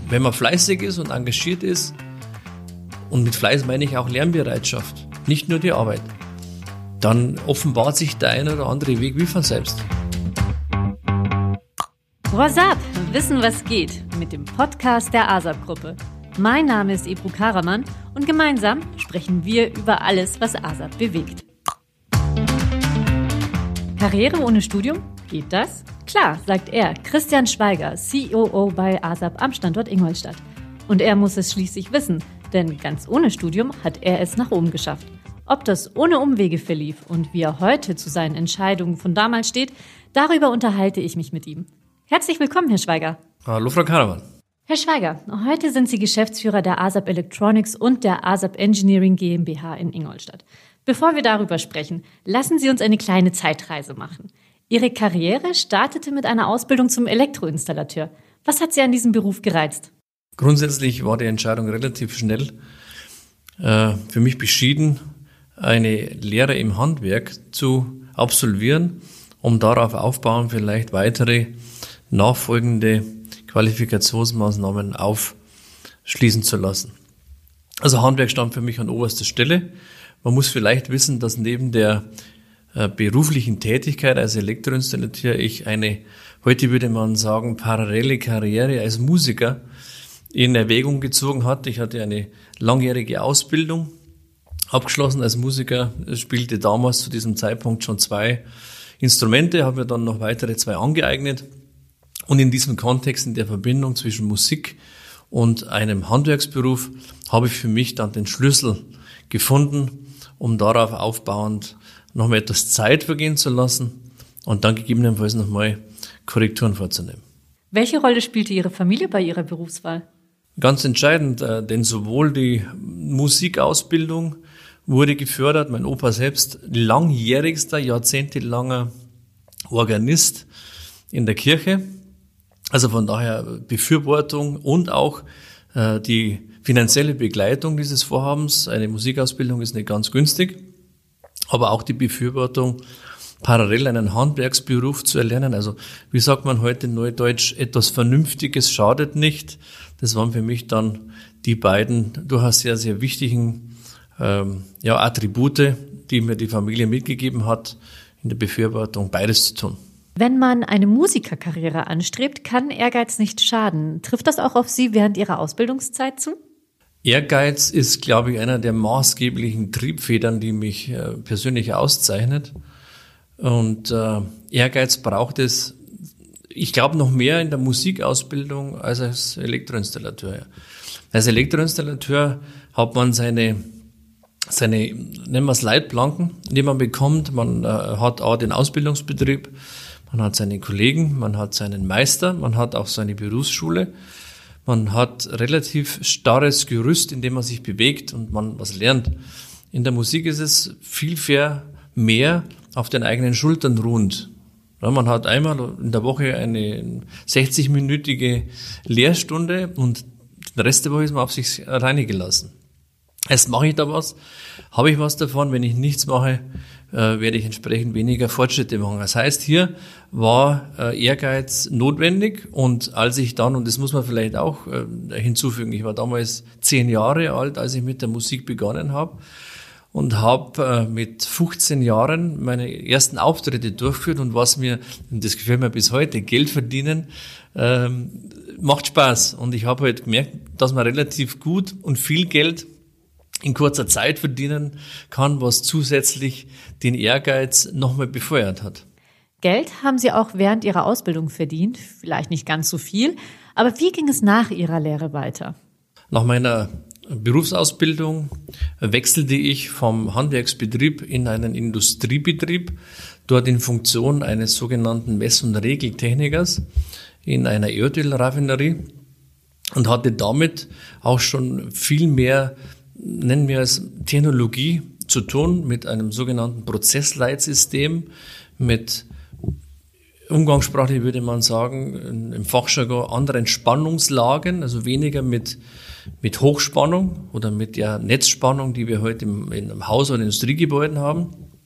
wenn man fleißig ist und engagiert ist, und mit Fleiß meine ich auch Lernbereitschaft, nicht nur die Arbeit, dann offenbart sich der ein oder andere Weg wie von selbst. What's up? Wissen, was geht? Mit dem Podcast der ASAP-Gruppe. Mein Name ist Ebru Karaman und gemeinsam sprechen wir über alles, was ASAP bewegt. Karriere ohne Studium? Geht das? Klar, sagt er, Christian Schweiger, COO bei ASAP am Standort Ingolstadt. Und er muss es schließlich wissen, denn ganz ohne Studium hat er es nach oben geschafft. Ob das ohne Umwege verlief und wie er heute zu seinen Entscheidungen von damals steht, darüber unterhalte ich mich mit ihm. Herzlich willkommen, Herr Schweiger. Hallo, Frau Karaman. Herr Schweiger, heute sind Sie Geschäftsführer der ASAP Electronics und der ASAP Engineering GmbH in Ingolstadt. Bevor wir darüber sprechen, lassen Sie uns eine kleine Zeitreise machen. Ihre Karriere startete mit einer Ausbildung zum Elektroinstallateur. Was hat Sie an diesem Beruf gereizt? Grundsätzlich war die Entscheidung relativ schnell für mich beschieden, eine Lehre im Handwerk zu absolvieren, um darauf aufbauen, vielleicht weitere nachfolgende Qualifikationsmaßnahmen aufschließen zu lassen. Also Handwerk stand für mich an oberster Stelle. Man muss vielleicht wissen, dass neben der beruflichen Tätigkeit als Elektroinstallateur ich eine, heute würde man sagen, parallele Karriere als Musiker in Erwägung gezogen hatte. Ich hatte eine langjährige Ausbildung abgeschlossen als Musiker, spielte damals zu diesem Zeitpunkt schon 2 Instrumente, habe mir dann noch weitere 2 angeeignet. Und in diesem Kontext, in der Verbindung zwischen Musik und einem Handwerksberuf, habe ich für mich dann den Schlüssel gefunden, um darauf aufbauend nochmal etwas Zeit vergehen zu lassen und dann gegebenenfalls nochmal Korrekturen vorzunehmen. Welche Rolle spielte Ihre Familie bei Ihrer Berufswahl? Ganz entscheidend, denn sowohl die Musikausbildung wurde gefördert, mein Opa selbst langjährigster, jahrzehntelanger Organist in der Kirche, also von daher Befürwortung und auch die finanzielle Begleitung dieses Vorhabens. Eine Musikausbildung ist nicht ganz günstig, aber auch die Befürwortung, parallel einen Handwerksberuf zu erlernen. Also wie sagt man heute neudeutsch, etwas Vernünftiges schadet nicht. Das waren für mich dann die beiden durchaus sehr, sehr wichtigen Attribute, die mir die Familie mitgegeben hat, in der Befürwortung beides zu tun. Wenn man eine Musikerkarriere anstrebt, kann Ehrgeiz nicht schaden. Trifft das auch auf Sie während Ihrer Ausbildungszeit zu? Ehrgeiz ist, glaube ich, einer der maßgeblichen Triebfedern, die mich persönlich auszeichnet. Und Ehrgeiz braucht es, ich glaube, noch mehr in der Musikausbildung als als Elektroinstallateur. Als Elektroinstallateur hat man seine nennen wir es Leitplanken, die man bekommt. Man hat auch den Ausbildungsbetrieb, man hat seine Kollegen, man hat seinen Meister, man hat auch seine Berufsschule. Man hat relativ starres Gerüst, in dem man sich bewegt und man was lernt. In der Musik ist es viel mehr auf den eigenen Schultern ruhend. Ja, man hat einmal in der Woche eine 60-minütige Lehrstunde und den Rest der Woche ist man auf sich alleine gelassen. Erst mache ich da was, habe ich was davon. Wenn ich nichts mache, werde ich entsprechend weniger Fortschritte machen. Das heißt, hier war Ehrgeiz notwendig und als ich dann, und das muss man vielleicht auch hinzufügen, ich war damals 10 Jahre alt, als ich mit der Musik begonnen habe und habe mit 15 Jahren meine ersten Auftritte durchgeführt und was mir, und das gefällt mir bis heute, Geld verdienen, macht Spaß. Und ich habe halt gemerkt, dass man relativ gut und viel Geld in kurzer Zeit verdienen kann, was zusätzlich den Ehrgeiz nochmal befeuert hat. Geld haben Sie auch während Ihrer Ausbildung verdient, vielleicht nicht ganz so viel, aber wie ging es nach Ihrer Lehre weiter? Nach meiner Berufsausbildung wechselte ich vom Handwerksbetrieb in einen Industriebetrieb, dort in Funktion eines sogenannten Mess- und Regeltechnikers in einer Erdölraffinerie und hatte damit auch schon viel mehr, nennen wir es Technologie, zu tun, mit einem sogenannten Prozessleitsystem, mit umgangssprachlich würde man sagen, im Fachjargon anderen Spannungslagen, also weniger mit Hochspannung oder mit der Netzspannung, die wir heute in einem Haus- oder Industriegebäuden haben,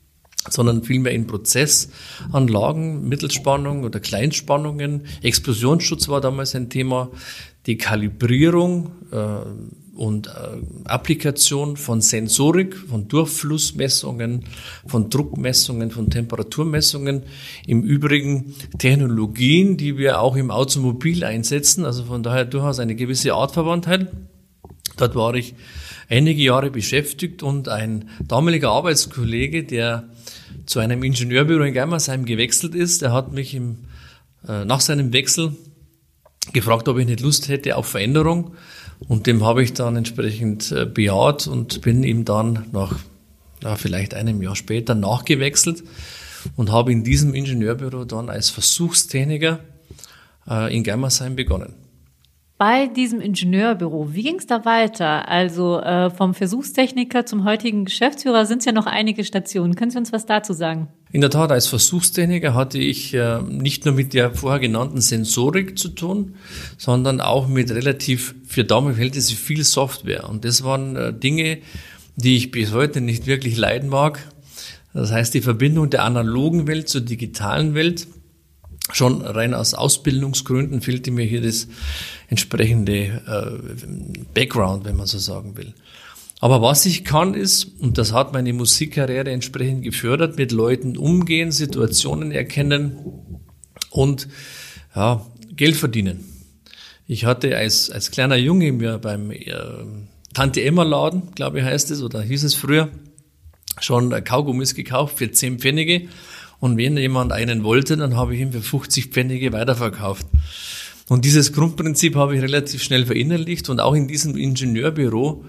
sondern vielmehr in Prozessanlagen, Mittelspannung oder Kleinspannungen. Explosionsschutz war damals ein Thema, die Kalibrierung und Applikation von Sensorik, von Durchflussmessungen, von Druckmessungen, von Temperaturmessungen. Im Übrigen Technologien, die wir auch im Automobil einsetzen, also von daher durchaus eine gewisse Artverwandtheit. Dort war ich einige Jahre beschäftigt und ein damaliger Arbeitskollege, der zu einem Ingenieurbüro in Germersheim gewechselt ist, der hat mich nach seinem Wechsel gefragt, ob ich nicht Lust hätte auf Veränderung, und dem habe ich dann entsprechend bejaht und bin ihm dann nach vielleicht einem Jahr später nachgewechselt und habe in diesem Ingenieurbüro dann als Versuchstechniker in Germersheim begonnen. Bei diesem Ingenieurbüro, wie ging es da weiter? Also vom Versuchstechniker zum heutigen Geschäftsführer sind es ja noch einige Stationen. Können Sie uns was dazu sagen? In der Tat, als Versuchstechniker hatte ich nicht nur mit der vorher genannten Sensorik zu tun, sondern auch mit relativ für damalige Verhältnisse viel Software. Und das waren Dinge, die ich bis heute nicht wirklich leiden mag. Das heißt, die Verbindung der analogen Welt zur digitalen Welt. Schon rein aus Ausbildungsgründen fehlte mir hier das entsprechende Background, wenn man so sagen will. Aber was ich kann ist, und das hat meine Musikkarriere entsprechend gefördert, mit Leuten umgehen, Situationen erkennen und Geld verdienen. Ich hatte als kleiner Junge mir beim Tante Emma Laden, glaube ich heißt es, oder hieß es früher, schon Kaugummis gekauft für 10 Pfennige. Und wenn jemand einen wollte, dann habe ich ihn für 50 Pfennige weiterverkauft. Und dieses Grundprinzip habe ich relativ schnell verinnerlicht und auch in diesem Ingenieurbüro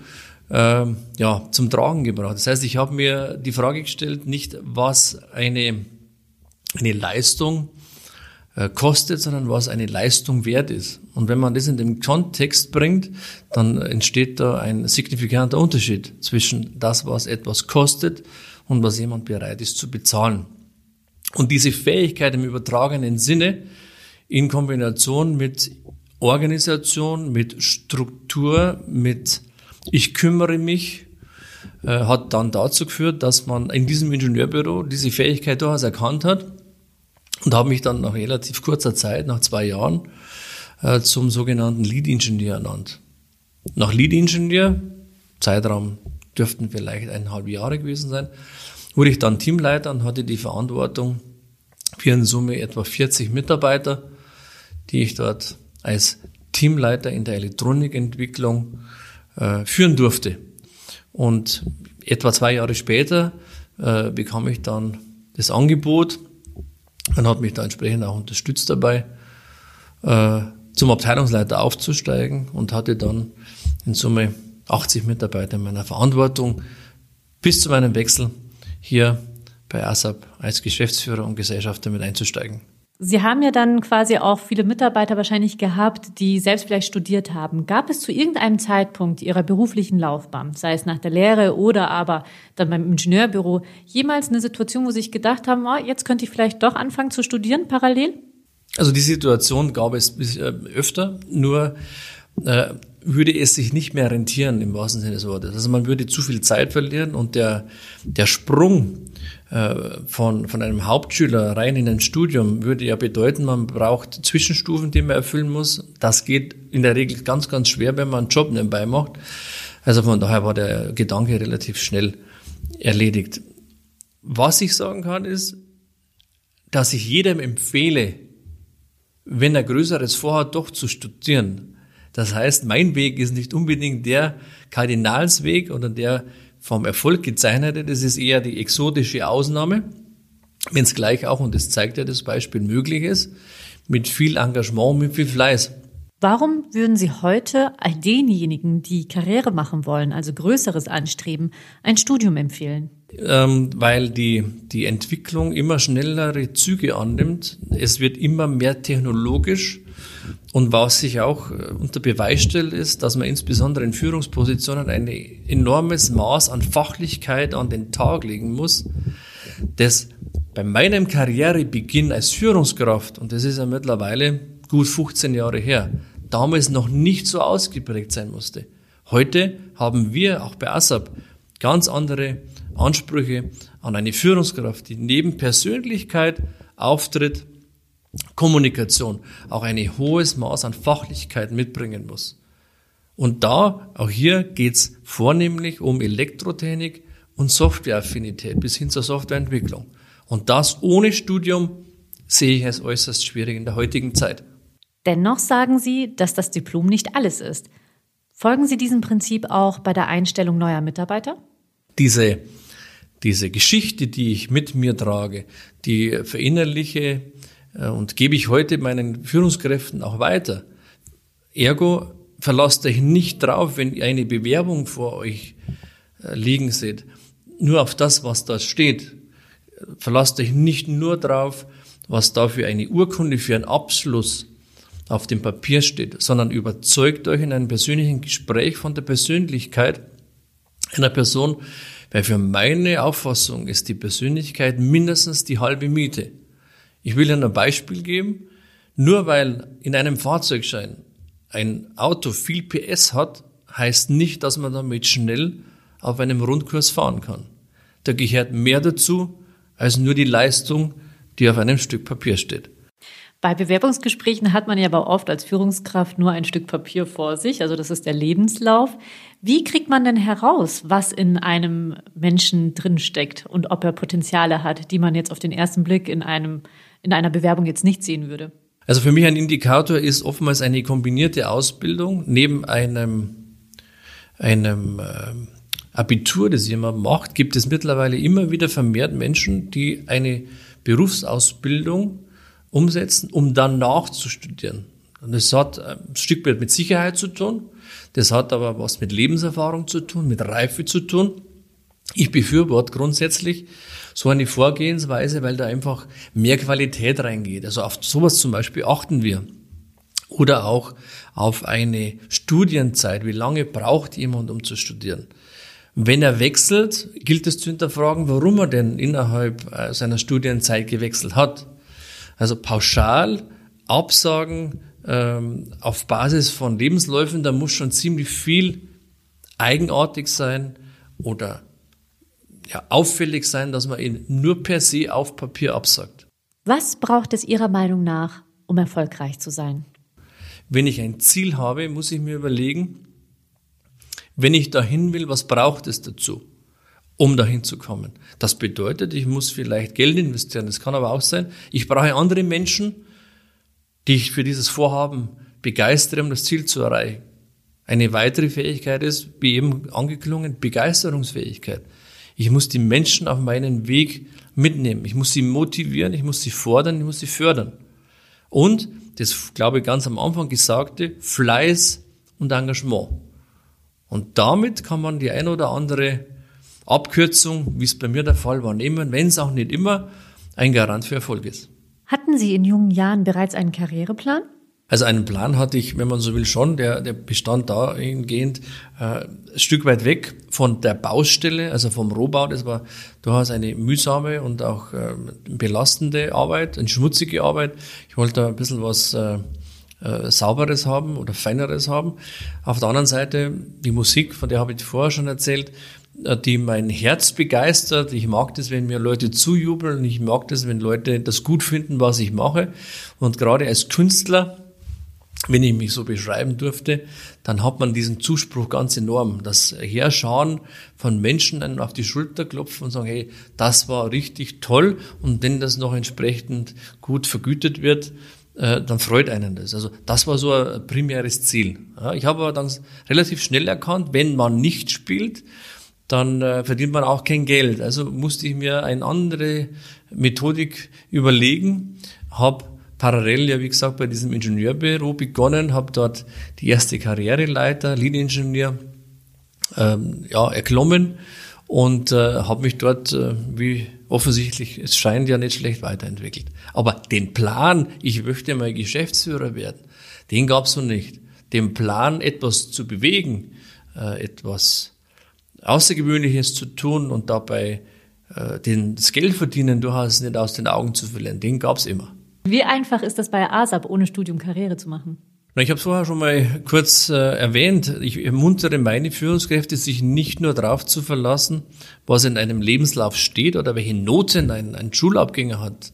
zum Tragen gebracht. Das heißt, ich habe mir die Frage gestellt, nicht was eine Leistung kostet, sondern was eine Leistung wert ist. Und wenn man das in den Kontext bringt, dann entsteht da ein signifikanter Unterschied zwischen das, was etwas kostet und was jemand bereit ist zu bezahlen. Und diese Fähigkeit im übertragenen Sinne in Kombination mit Organisation, mit Struktur, mit ich kümmere mich, hat dann dazu geführt, dass man in diesem Ingenieurbüro diese Fähigkeit durchaus erkannt hat und habe mich dann nach relativ kurzer Zeit, nach 2 Jahren, zum sogenannten Lead-Ingenieur ernannt. Nach Lead-Ingenieur, Zeitraum dürften vielleicht 1,5 Jahre gewesen sein, wurde ich dann Teamleiter und hatte die Verantwortung für in Summe etwa 40 Mitarbeiter, die ich dort als Teamleiter in der Elektronikentwicklung führen durfte. Und etwa 2 Jahre später bekam ich dann das Angebot. Man hat mich da entsprechend auch unterstützt dabei, zum Abteilungsleiter aufzusteigen und hatte dann in Summe 80 Mitarbeiter in meiner Verantwortung bis zu meinem Wechsel hier bei ASAP als Geschäftsführer und Gesellschafter mit einzusteigen. Sie haben ja dann quasi auch viele Mitarbeiter wahrscheinlich gehabt, die selbst vielleicht studiert haben. Gab es zu irgendeinem Zeitpunkt Ihrer beruflichen Laufbahn, sei es nach der Lehre oder aber dann beim Ingenieurbüro, jemals eine Situation, wo Sie sich gedacht haben, jetzt könnte ich vielleicht doch anfangen zu studieren parallel? Also die Situation gab es öfter, nur würde es sich nicht mehr rentieren im wahrsten Sinne des Wortes. Also man würde zu viel Zeit verlieren und der Sprung von einem Hauptschüler rein in ein Studium würde ja bedeuten, man braucht Zwischenstufen, die man erfüllen muss. Das geht in der Regel ganz, ganz schwer, wenn man einen Job nebenbei macht. Also von daher war der Gedanke relativ schnell erledigt. Was ich sagen kann, ist, dass ich jedem empfehle, wenn er Größeres vorhat, doch zu studieren. Das heißt, mein Weg ist nicht unbedingt der Kardinalsweg oder der vom Erfolg gezeichnete, das ist eher die exotische Ausnahme, wenn es gleich auch, und das zeigt ja das Beispiel, möglich ist, mit viel Engagement, mit viel Fleiß. Warum würden Sie heute all denjenigen, die Karriere machen wollen, also Größeres anstreben, ein Studium empfehlen? Weil die Entwicklung immer schnellere Züge annimmt. Es wird immer mehr technologisch. Und was sich auch unter Beweis stellt, ist, dass man insbesondere in Führungspositionen ein enormes Maß an Fachlichkeit an den Tag legen muss, das bei meinem Karrierebeginn als Führungskraft, und das ist ja mittlerweile gut 15 Jahre her, damals noch nicht so ausgeprägt sein musste. Heute haben wir auch bei ASAP ganz andere Ansprüche an eine Führungskraft, die neben Persönlichkeit, Auftritt, Kommunikation auch ein hohes Maß an Fachlichkeit mitbringen muss. Und auch hier geht's vornehmlich um Elektrotechnik und Softwareaffinität bis hin zur Softwareentwicklung. Und das ohne Studium sehe ich als äußerst schwierig in der heutigen Zeit. Dennoch sagen Sie, dass das Diplom nicht alles ist. Folgen Sie diesem Prinzip auch bei der Einstellung neuer Mitarbeiter? Diese Geschichte, die ich mit mir trage, die verinnerliche und gebe ich heute meinen Führungskräften auch weiter. Ergo, verlasst euch nicht drauf, wenn ihr eine Bewerbung vor euch liegen seht, nur auf das, was da steht. Verlasst euch nicht nur drauf, was da für eine Urkunde, für einen Abschluss auf dem Papier steht, sondern überzeugt euch in einem persönlichen Gespräch von der Persönlichkeit einer Person, weil für meine Auffassung ist die Persönlichkeit mindestens die halbe Miete. Ich will Ihnen ein Beispiel geben. Nur weil in einem Fahrzeugschein ein Auto viel PS hat, heißt nicht, dass man damit schnell auf einem Rundkurs fahren kann. Da gehört mehr dazu, als nur die Leistung, die auf einem Stück Papier steht. Bei Bewerbungsgesprächen hat man ja aber oft als Führungskraft nur ein Stück Papier vor sich, also das ist der Lebenslauf. Wie kriegt man denn heraus, was in einem Menschen drinsteckt und ob er Potenziale hat, die man jetzt auf den ersten Blick in einer Bewerbung jetzt nicht sehen würde? Also für mich ein Indikator ist oftmals eine kombinierte Ausbildung neben einem Abitur, das jemand macht, gibt es mittlerweile immer wieder vermehrt Menschen, die eine Berufsausbildung umsetzen, um dann nachzustudieren. Und das hat ein Stück weit mit Sicherheit zu tun, das hat aber was mit Lebenserfahrung zu tun, mit Reife zu tun. Ich befürworte grundsätzlich so eine Vorgehensweise, weil da einfach mehr Qualität reingeht. Also auf sowas zum Beispiel achten wir. Oder auch auf eine Studienzeit. Wie lange braucht jemand, um zu studieren? Wenn er wechselt, gilt es zu hinterfragen, warum er denn innerhalb seiner Studienzeit gewechselt hat. Also pauschal Absagen auf Basis von Lebensläufen, da muss schon ziemlich viel eigenartig sein oder auffällig sein, dass man ihn nur per se auf Papier absagt. Was braucht es Ihrer Meinung nach, um erfolgreich zu sein? Wenn ich ein Ziel habe, muss ich mir überlegen, wenn ich dahin will, was braucht es dazu, um dahin zu kommen? Das bedeutet, ich muss vielleicht Geld investieren. Das kann aber auch sein, ich brauche andere Menschen, die ich für dieses Vorhaben begeistere, um das Ziel zu erreichen. Eine weitere Fähigkeit ist, wie eben angeklungen, Begeisterungsfähigkeit. Ich muss die Menschen auf meinen Weg mitnehmen. Ich muss sie motivieren, ich muss sie fordern, ich muss sie fördern. Und, das glaube ich ganz am Anfang gesagte, Fleiß und Engagement. Und damit kann man die ein oder andere Abkürzung, wie es bei mir der Fall war, nehmen, wenn es auch nicht immer ein Garant für Erfolg ist. Hatten Sie in jungen Jahren bereits einen Karriereplan? Also einen Plan hatte ich, wenn man so will, schon. Der bestand dahingehend ein Stück weit weg von der Baustelle, also vom Rohbau. Das war durchaus eine mühsame und auch belastende Arbeit, eine schmutzige Arbeit. Ich wollte da ein bisschen was Sauberes haben oder Feineres haben. Auf der anderen Seite die Musik, von der habe ich vorher schon erzählt, die mein Herz begeistert. Ich mag das, wenn mir Leute zujubeln. Ich mag das, wenn Leute das gut finden, was ich mache. Und gerade als Künstler, wenn ich mich so beschreiben durfte, dann hat man diesen Zuspruch ganz enorm. Das Herschauen von Menschen einem auf die Schulter klopfen und sagen, hey, das war richtig toll. Und wenn das noch entsprechend gut vergütet wird, dann freut einen das. Also das war so ein primäres Ziel. Ich habe aber dann relativ schnell erkannt, wenn man nicht spielt, dann verdient man auch kein Geld. Also musste ich mir eine andere Methodik überlegen, habe parallel, ja wie gesagt, bei diesem Ingenieurbüro begonnen, habe dort die erste Karriereleiter, Lead-Ingenieur, erklommen und habe mich dort, wie offensichtlich es scheint, ja nicht schlecht weiterentwickelt. Aber den Plan, ich möchte mal Geschäftsführer werden, den gab es noch nicht. Den Plan, etwas zu bewegen, etwas Außergewöhnliches zu tun und dabei das Geld verdienen durchaus nicht aus den Augen zu verlieren, den gab es immer. Wie einfach ist das bei ASAP ohne Studium Karriere zu machen? Na, ich habe es vorher schon mal kurz erwähnt. Ich ermuntere meine Führungskräfte, sich nicht nur darauf zu verlassen, was in einem Lebenslauf steht oder welche Noten ein Schulabgänger hat,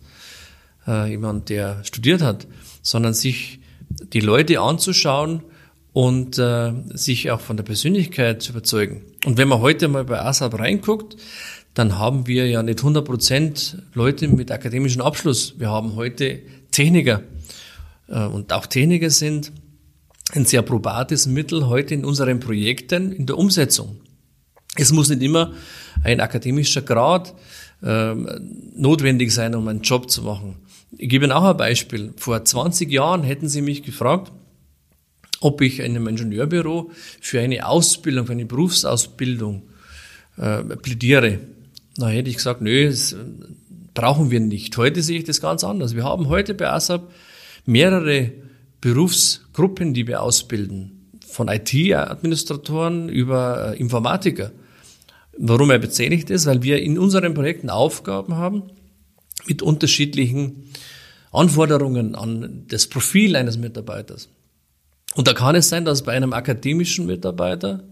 jemand, der studiert hat, sondern sich die Leute anzuschauen und sich auch von der Persönlichkeit zu überzeugen. Und wenn man heute mal bei ASAP reinguckt, dann haben wir ja nicht 100% Leute mit akademischem Abschluss. Wir haben heute Techniker. Und auch Techniker sind ein sehr probates Mittel heute in unseren Projekten in der Umsetzung. Es muss nicht immer ein akademischer Grad notwendig sein, um einen Job zu machen. Ich gebe Ihnen auch ein Beispiel. Vor 20 Jahren hätten Sie mich gefragt, ob ich in einem Ingenieurbüro für eine Ausbildung, für eine Berufsausbildung plädiere. Na, hätte ich gesagt, nö, das brauchen wir nicht. Heute sehe ich das ganz anders. Wir haben heute bei ASAP mehrere Berufsgruppen, die wir ausbilden, von IT-Administratoren über Informatiker. Warum erzähle ich das? Weil wir in unseren Projekten Aufgaben haben mit unterschiedlichen Anforderungen an das Profil eines Mitarbeiters. Und da kann es sein, dass bei einem akademischen Mitarbeiter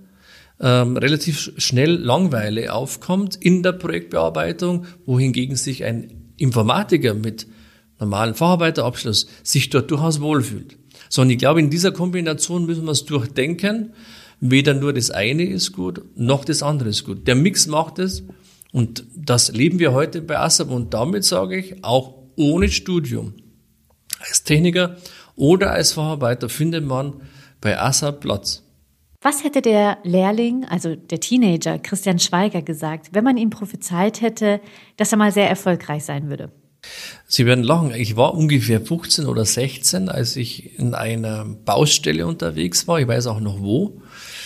relativ schnell Langeweile aufkommt in der Projektbearbeitung, wohingegen sich ein Informatiker mit normalen Facharbeiterabschluss sich dort durchaus wohlfühlt. So, und ich glaube, in dieser Kombination müssen wir es durchdenken. Weder nur das eine ist gut, noch das andere ist gut. Der Mix macht es und das leben wir heute bei ASAP und damit sage ich, auch ohne Studium, als Techniker oder als Facharbeiter findet man bei ASAP Platz. Was hätte der Lehrling, also der Teenager Christian Schweiger gesagt, wenn man ihm prophezeit hätte, dass er mal sehr erfolgreich sein würde? Sie werden lachen. Ich war ungefähr 15 oder 16, als ich in einer Baustelle unterwegs war. Ich weiß auch noch wo.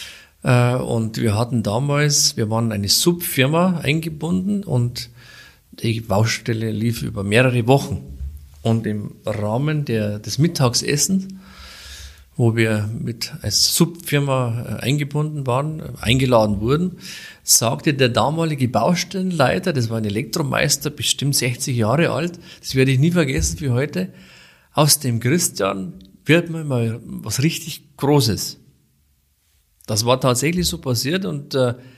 Und wir waren eine Subfirma eingebunden und die Baustelle lief über mehrere Wochen. Und im Rahmen des Mittagessens, wo wir als Subfirma eingeladen wurden, sagte der damalige Baustellenleiter, das war ein Elektromeister, bestimmt 60 Jahre alt, das werde ich nie vergessen wie heute, aus dem Christian wird mal was richtig Großes. Das war tatsächlich so passiert und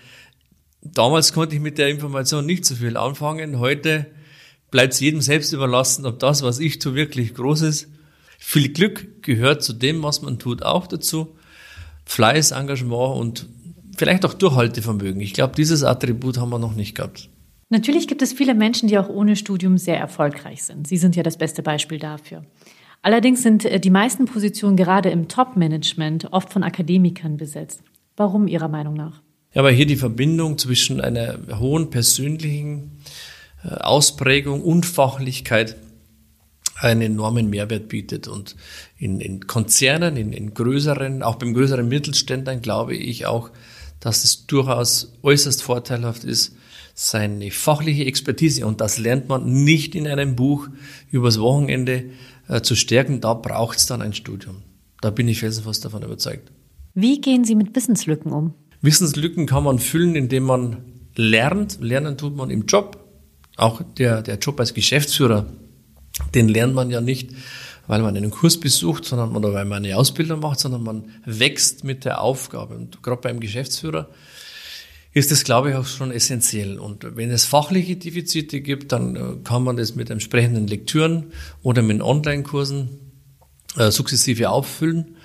damals konnte ich mit der Information nicht so viel anfangen. Heute bleibt es jedem selbst überlassen, ob das, was ich tue, wirklich groß ist. Viel Glück gehört zu dem, was man tut, auch dazu. Fleiß, Engagement und vielleicht auch Durchhaltevermögen. Ich glaube, dieses Attribut haben wir noch nicht gehabt. Natürlich gibt es viele Menschen, die auch ohne Studium sehr erfolgreich sind. Sie sind ja das beste Beispiel dafür. Allerdings sind die meisten Positionen gerade im Top-Management oft von Akademikern besetzt. Warum Ihrer Meinung nach? Ja, weil hier die Verbindung zwischen einer hohen persönlichen Ausprägung und Fachlichkeit einen enormen Mehrwert bietet. Und in Konzernen, in größeren, auch beim größeren Mittelständlern glaube ich auch, dass es durchaus äußerst vorteilhaft ist, seine fachliche Expertise, und das lernt man nicht in einem Buch übers Wochenende zu stärken, da braucht es dann ein Studium. Da bin ich felsenfest davon überzeugt. Wie gehen Sie mit Wissenslücken um? Wissenslücken kann man füllen, indem man lernt. Lernen tut man im Job. Auch der Job als Geschäftsführer, den lernt man ja nicht, weil man einen Kurs besucht, oder weil man eine Ausbildung macht, sondern man wächst mit der Aufgabe. Und gerade beim Geschäftsführer ist das, glaube ich, auch schon essentiell. Und wenn es fachliche Defizite gibt, dann kann man das mit entsprechenden Lektüren oder mit Online-Kursen sukzessive auffüllen.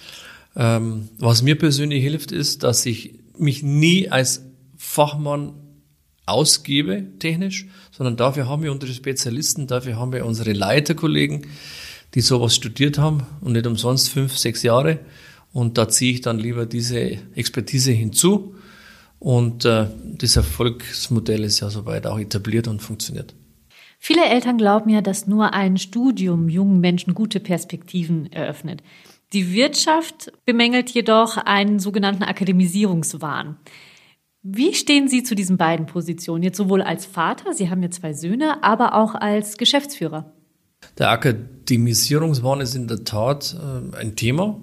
Was mir persönlich hilft, ist, dass ich mich nie als Fachmann ausgebe, technisch, sondern dafür haben wir unsere Spezialisten, dafür haben wir unsere Leiterkollegen, die sowas studiert haben und nicht umsonst 5, 6 Jahre. Und da ziehe ich dann lieber diese Expertise hinzu. Und das Erfolgsmodell ist ja soweit auch etabliert und funktioniert. Viele Eltern glauben ja, dass nur ein Studium jungen Menschen gute Perspektiven eröffnet. Die Wirtschaft bemängelt jedoch einen sogenannten Akademisierungswahn. Wie stehen Sie zu diesen beiden Positionen? Jetzt sowohl als Vater, Sie haben ja 2 Söhne, aber auch als Geschäftsführer. Der Akademisierungswahn ist in der Tat ein Thema.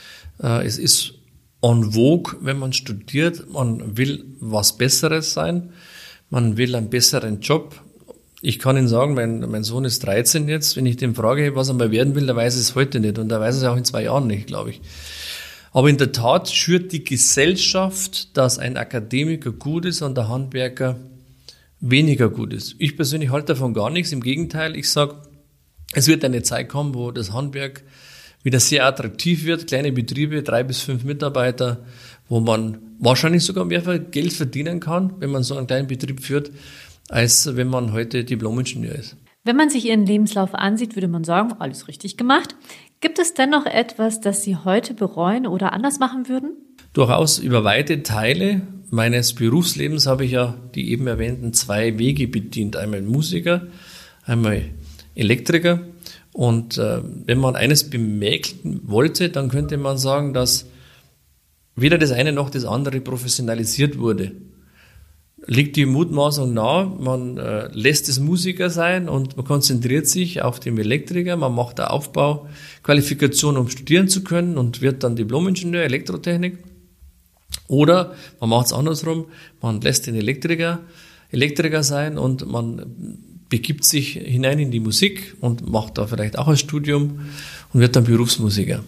Es ist en vogue, wenn man studiert. Man will was Besseres sein. Man will einen besseren Job. Ich kann Ihnen sagen, mein Sohn ist 13 jetzt. Wenn ich den frage, was er mal werden will, der weiß es heute nicht. Und der weiß es auch in 2 Jahren nicht, glaube ich. Aber in der Tat schürt die Gesellschaft, dass ein Akademiker gut ist und der Handwerker weniger gut ist. Ich persönlich halte davon gar nichts. Im Gegenteil, ich sage, es wird eine Zeit kommen, wo das Handwerk wieder sehr attraktiv wird. Kleine Betriebe, 3 bis 5 Mitarbeiter, wo man wahrscheinlich sogar mehr Geld verdienen kann, wenn man so einen kleinen Betrieb führt, als wenn man heute Diplom-Ingenieur ist. Wenn man sich Ihren Lebenslauf ansieht, würde man sagen, alles richtig gemacht. Gibt es denn noch etwas, das Sie heute bereuen oder anders machen würden? Durchaus über weite Teile meines Berufslebens habe ich ja die eben erwähnten 2 Wege bedient. Einmal Musiker, einmal Elektriker. Und wenn man eines bemäkeln wollte, dann könnte man sagen, dass weder das eine noch das andere professionalisiert wurde. Liegt die Mutmaßung nahe, man lässt es Musiker sein und man konzentriert sich auf den Elektriker, man macht eine Aufbauqualifikation, um studieren zu können und wird dann Diplom-Ingenieur Elektrotechnik. Oder man macht es andersrum, man lässt den Elektriker sein und man begibt sich hinein in die Musik und macht da vielleicht auch ein Studium und wird dann Berufsmusiker.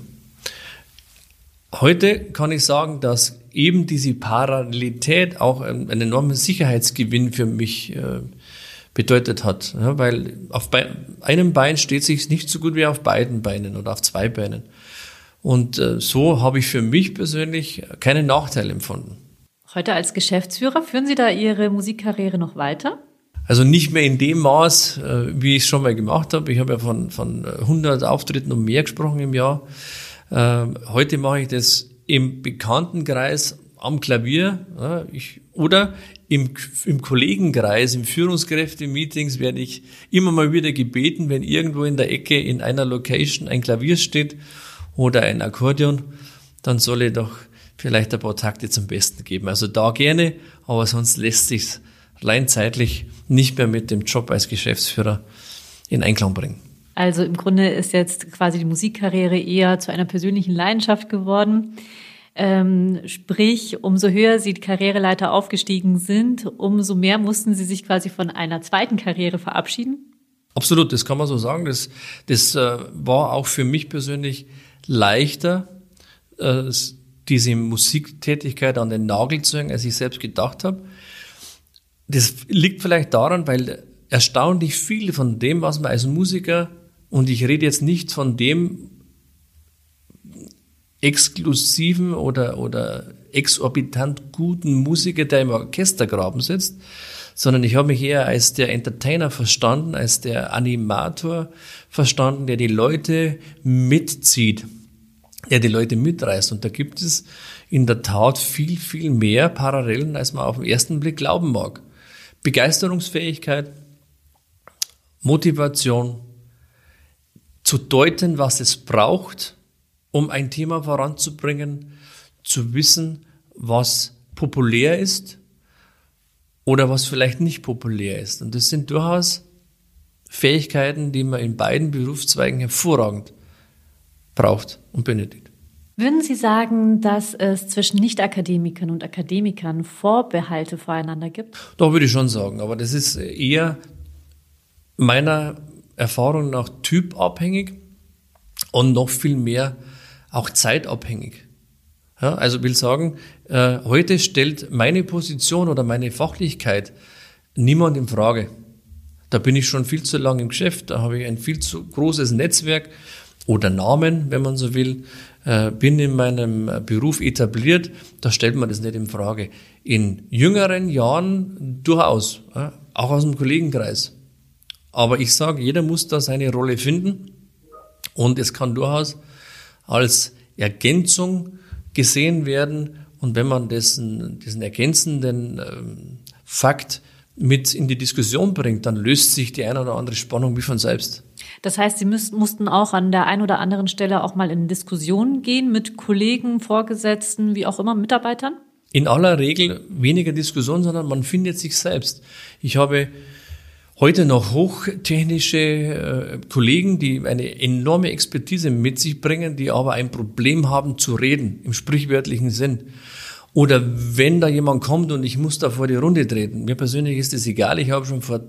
Heute kann ich sagen, dass eben diese Parallelität auch einen enormen Sicherheitsgewinn für mich bedeutet hat. Ja, weil auf einem Bein steht sich nicht so gut wie auf beiden Beinen oder auf 2 Beinen. Und so habe ich für mich persönlich keinen Nachteil empfunden. Heute als Geschäftsführer, führen Sie da Ihre Musikkarriere noch weiter? Also nicht mehr in dem Maß, wie ich es schon mal gemacht habe. Ich habe ja von 100 Auftritten und mehr gesprochen im Jahr. Heute mache ich das im Bekanntenkreis am Klavier, oder im Kollegenkreis, im Führungskräfte-Meetings werde ich immer mal wieder gebeten, wenn irgendwo in der Ecke in einer Location ein Klavier steht oder ein Akkordeon, dann soll ich doch vielleicht ein paar Takte zum Besten geben. Also da gerne, aber sonst lässt sich's rein zeitlich nicht mehr mit dem Job als Geschäftsführer in Einklang bringen. Also im Grunde ist jetzt quasi die Musikkarriere eher zu einer persönlichen Leidenschaft geworden. Sprich, umso höher Sie die Karriereleiter aufgestiegen sind, umso mehr mussten Sie sich quasi von einer zweiten Karriere verabschieden? Absolut, das kann man so sagen. Das war auch für mich persönlich leichter, diese Musiktätigkeit an den Nagel zu hängen, als ich selbst gedacht habe. Das liegt vielleicht daran, weil erstaunlich viel von dem, was man als Musiker, und ich rede jetzt nicht von dem exklusiven oder exorbitant guten Musiker, der im Orchestergraben sitzt, sondern ich habe mich eher als der Entertainer verstanden, als der Animator verstanden, der die Leute mitzieht, der die Leute mitreißt. Und da gibt es in der Tat viel, viel mehr Parallelen, als man auf den ersten Blick glauben mag. Begeisterungsfähigkeit, Motivation, zu deuten, was es braucht, um ein Thema voranzubringen, zu wissen, was populär ist oder was vielleicht nicht populär ist. Und das sind durchaus Fähigkeiten, die man in beiden Berufszweigen hervorragend braucht und benötigt. Würden Sie sagen, dass es zwischen Nicht-Akademikern und Akademikern Vorbehalte voreinander gibt? Doch, würde ich schon sagen. Aber das ist eher meiner Erfahrung nach typabhängig und noch viel mehr auch zeitabhängig. Ja, also will sagen, heute stellt meine Position oder meine Fachlichkeit niemand in Frage. Da bin ich schon viel zu lange im Geschäft, da habe ich ein viel zu großes Netzwerk oder Namen, wenn man so will, bin in meinem Beruf etabliert, da stellt man das nicht in Frage. In jüngeren Jahren durchaus, auch aus dem Kollegenkreis. Aber ich sage, jeder muss da seine Rolle finden und es kann durchaus als Ergänzung gesehen werden. Und wenn man diesen ergänzenden Fakt mit in die Diskussion bringt, dann löst sich die eine oder andere Spannung wie von selbst. Das heißt, Sie mussten auch an der einen oder anderen Stelle auch mal in Diskussionen gehen mit Kollegen, Vorgesetzten, wie auch immer, Mitarbeitern? In aller Regel weniger Diskussion, sondern man findet sich selbst. Ich habe heute noch hochtechnische Kollegen, die eine enorme Expertise mit sich bringen, die aber ein Problem haben zu reden, im sprichwörtlichen Sinn. Oder wenn da jemand kommt und ich muss da vor die Runde treten. Mir persönlich ist das egal. Ich habe schon vor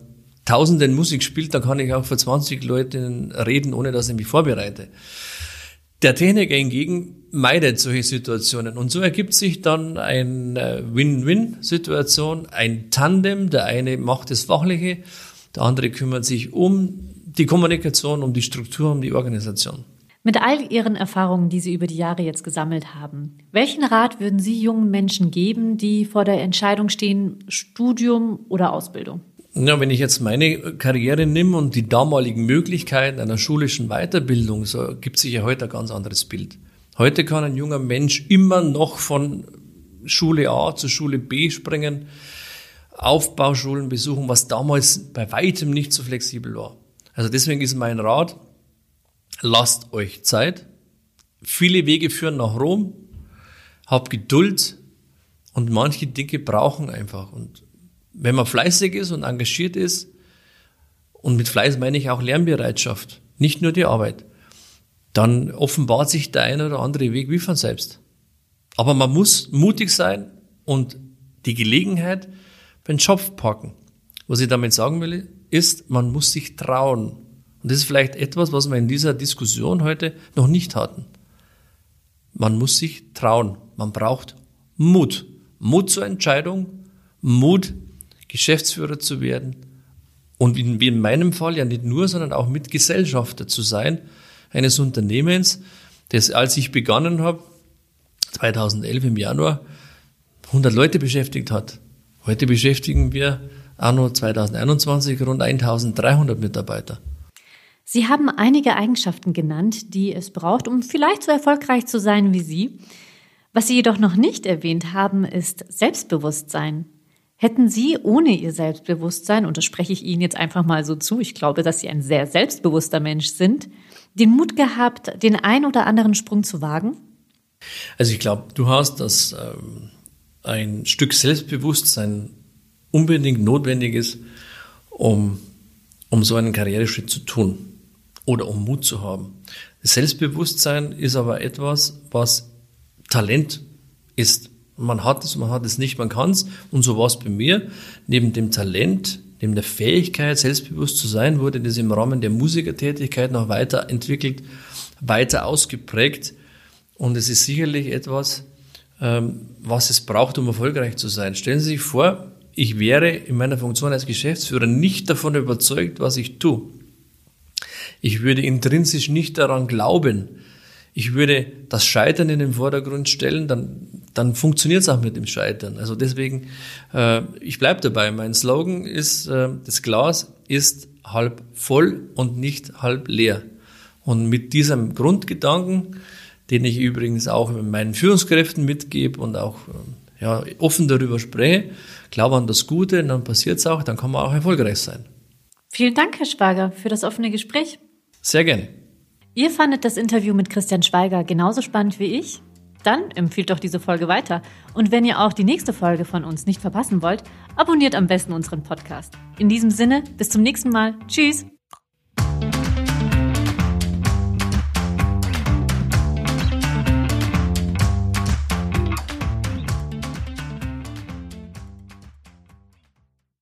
Tausenden Musik spielt, dann kann ich auch vor 20 Leuten reden, ohne dass ich mich vorbereite. Der Techniker hingegen meidet solche Situationen. Und so ergibt sich dann eine Win-Win-Situation, ein Tandem. Der eine macht das Fachliche, der andere kümmert sich um die Kommunikation, um die Struktur, um die Organisation. Mit all Ihren Erfahrungen, die Sie über die Jahre jetzt gesammelt haben, welchen Rat würden Sie jungen Menschen geben, die vor der Entscheidung stehen, Studium oder Ausbildung? Ja, wenn ich jetzt meine Karriere nehme und die damaligen Möglichkeiten einer schulischen Weiterbildung, so gibt sich ja heute ein ganz anderes Bild. Heute kann ein junger Mensch immer noch von Schule A zu Schule B springen, Aufbauschulen besuchen, was damals bei weitem nicht so flexibel war. Also deswegen ist mein Rat, lasst euch Zeit. Viele Wege führen nach Rom. Habt Geduld und manche Dinge brauchen einfach. Und wenn man fleißig ist und engagiert ist, und mit Fleiß meine ich auch Lernbereitschaft, nicht nur die Arbeit, dann offenbart sich der eine oder andere Weg wie von selbst. Aber man muss mutig sein und die Gelegenheit beim Schopf packen. Was ich damit sagen will, ist, man muss sich trauen. Und das ist vielleicht etwas, was wir in dieser Diskussion heute noch nicht hatten. Man muss sich trauen. Man braucht Mut. Mut zur Entscheidung, Mut, Geschäftsführer zu werden und wie in meinem Fall ja nicht nur, sondern auch Mitgesellschafter zu sein eines Unternehmens, das, als ich begonnen habe, 2011 im Januar, 100 Leute beschäftigt hat. Heute beschäftigen wir anno 2021 rund 1300 Mitarbeiter. Sie haben einige Eigenschaften genannt, die es braucht, um vielleicht so erfolgreich zu sein wie Sie. Was Sie jedoch noch nicht erwähnt haben, ist Selbstbewusstsein. Hätten Sie ohne Ihr Selbstbewusstsein, und das spreche ich Ihnen jetzt einfach mal so zu, ich glaube, dass Sie ein sehr selbstbewusster Mensch sind, den Mut gehabt, den ein oder anderen Sprung zu wagen? Also ich glaube, du hast, dass ein Stück Selbstbewusstsein unbedingt notwendig ist, um so einen Karriereschritt zu tun oder um Mut zu haben. Das Selbstbewusstsein ist aber etwas, was Talent ist. Man hat es nicht, man kann es. Und so war es bei mir. Neben dem Talent, neben der Fähigkeit, selbstbewusst zu sein, wurde das im Rahmen der Musikertätigkeit noch weiterentwickelt, weiter ausgeprägt. Und es ist sicherlich etwas, was es braucht, um erfolgreich zu sein. Stellen Sie sich vor, ich wäre in meiner Funktion als Geschäftsführer nicht davon überzeugt, was ich tue. Ich würde intrinsisch nicht daran glauben. Ich würde das Scheitern in den Vordergrund stellen, dann funktioniert es auch mit dem Scheitern. Also deswegen, ich bleibe dabei. Mein Slogan ist, das Glas ist halb voll und nicht halb leer. Und mit diesem Grundgedanken, den ich übrigens auch meinen Führungskräften mitgebe und auch offen darüber spreche, glaube an das Gute, und dann passiert es auch, dann kann man auch erfolgreich sein. Vielen Dank, Herr Schweiger, für das offene Gespräch. Sehr gerne. Ihr fandet das Interview mit Christian Schweiger genauso spannend wie ich? Dann empfiehlt doch diese Folge weiter. Und wenn ihr auch die nächste Folge von uns nicht verpassen wollt, abonniert am besten unseren Podcast. In diesem Sinne, bis zum nächsten Mal. Tschüss!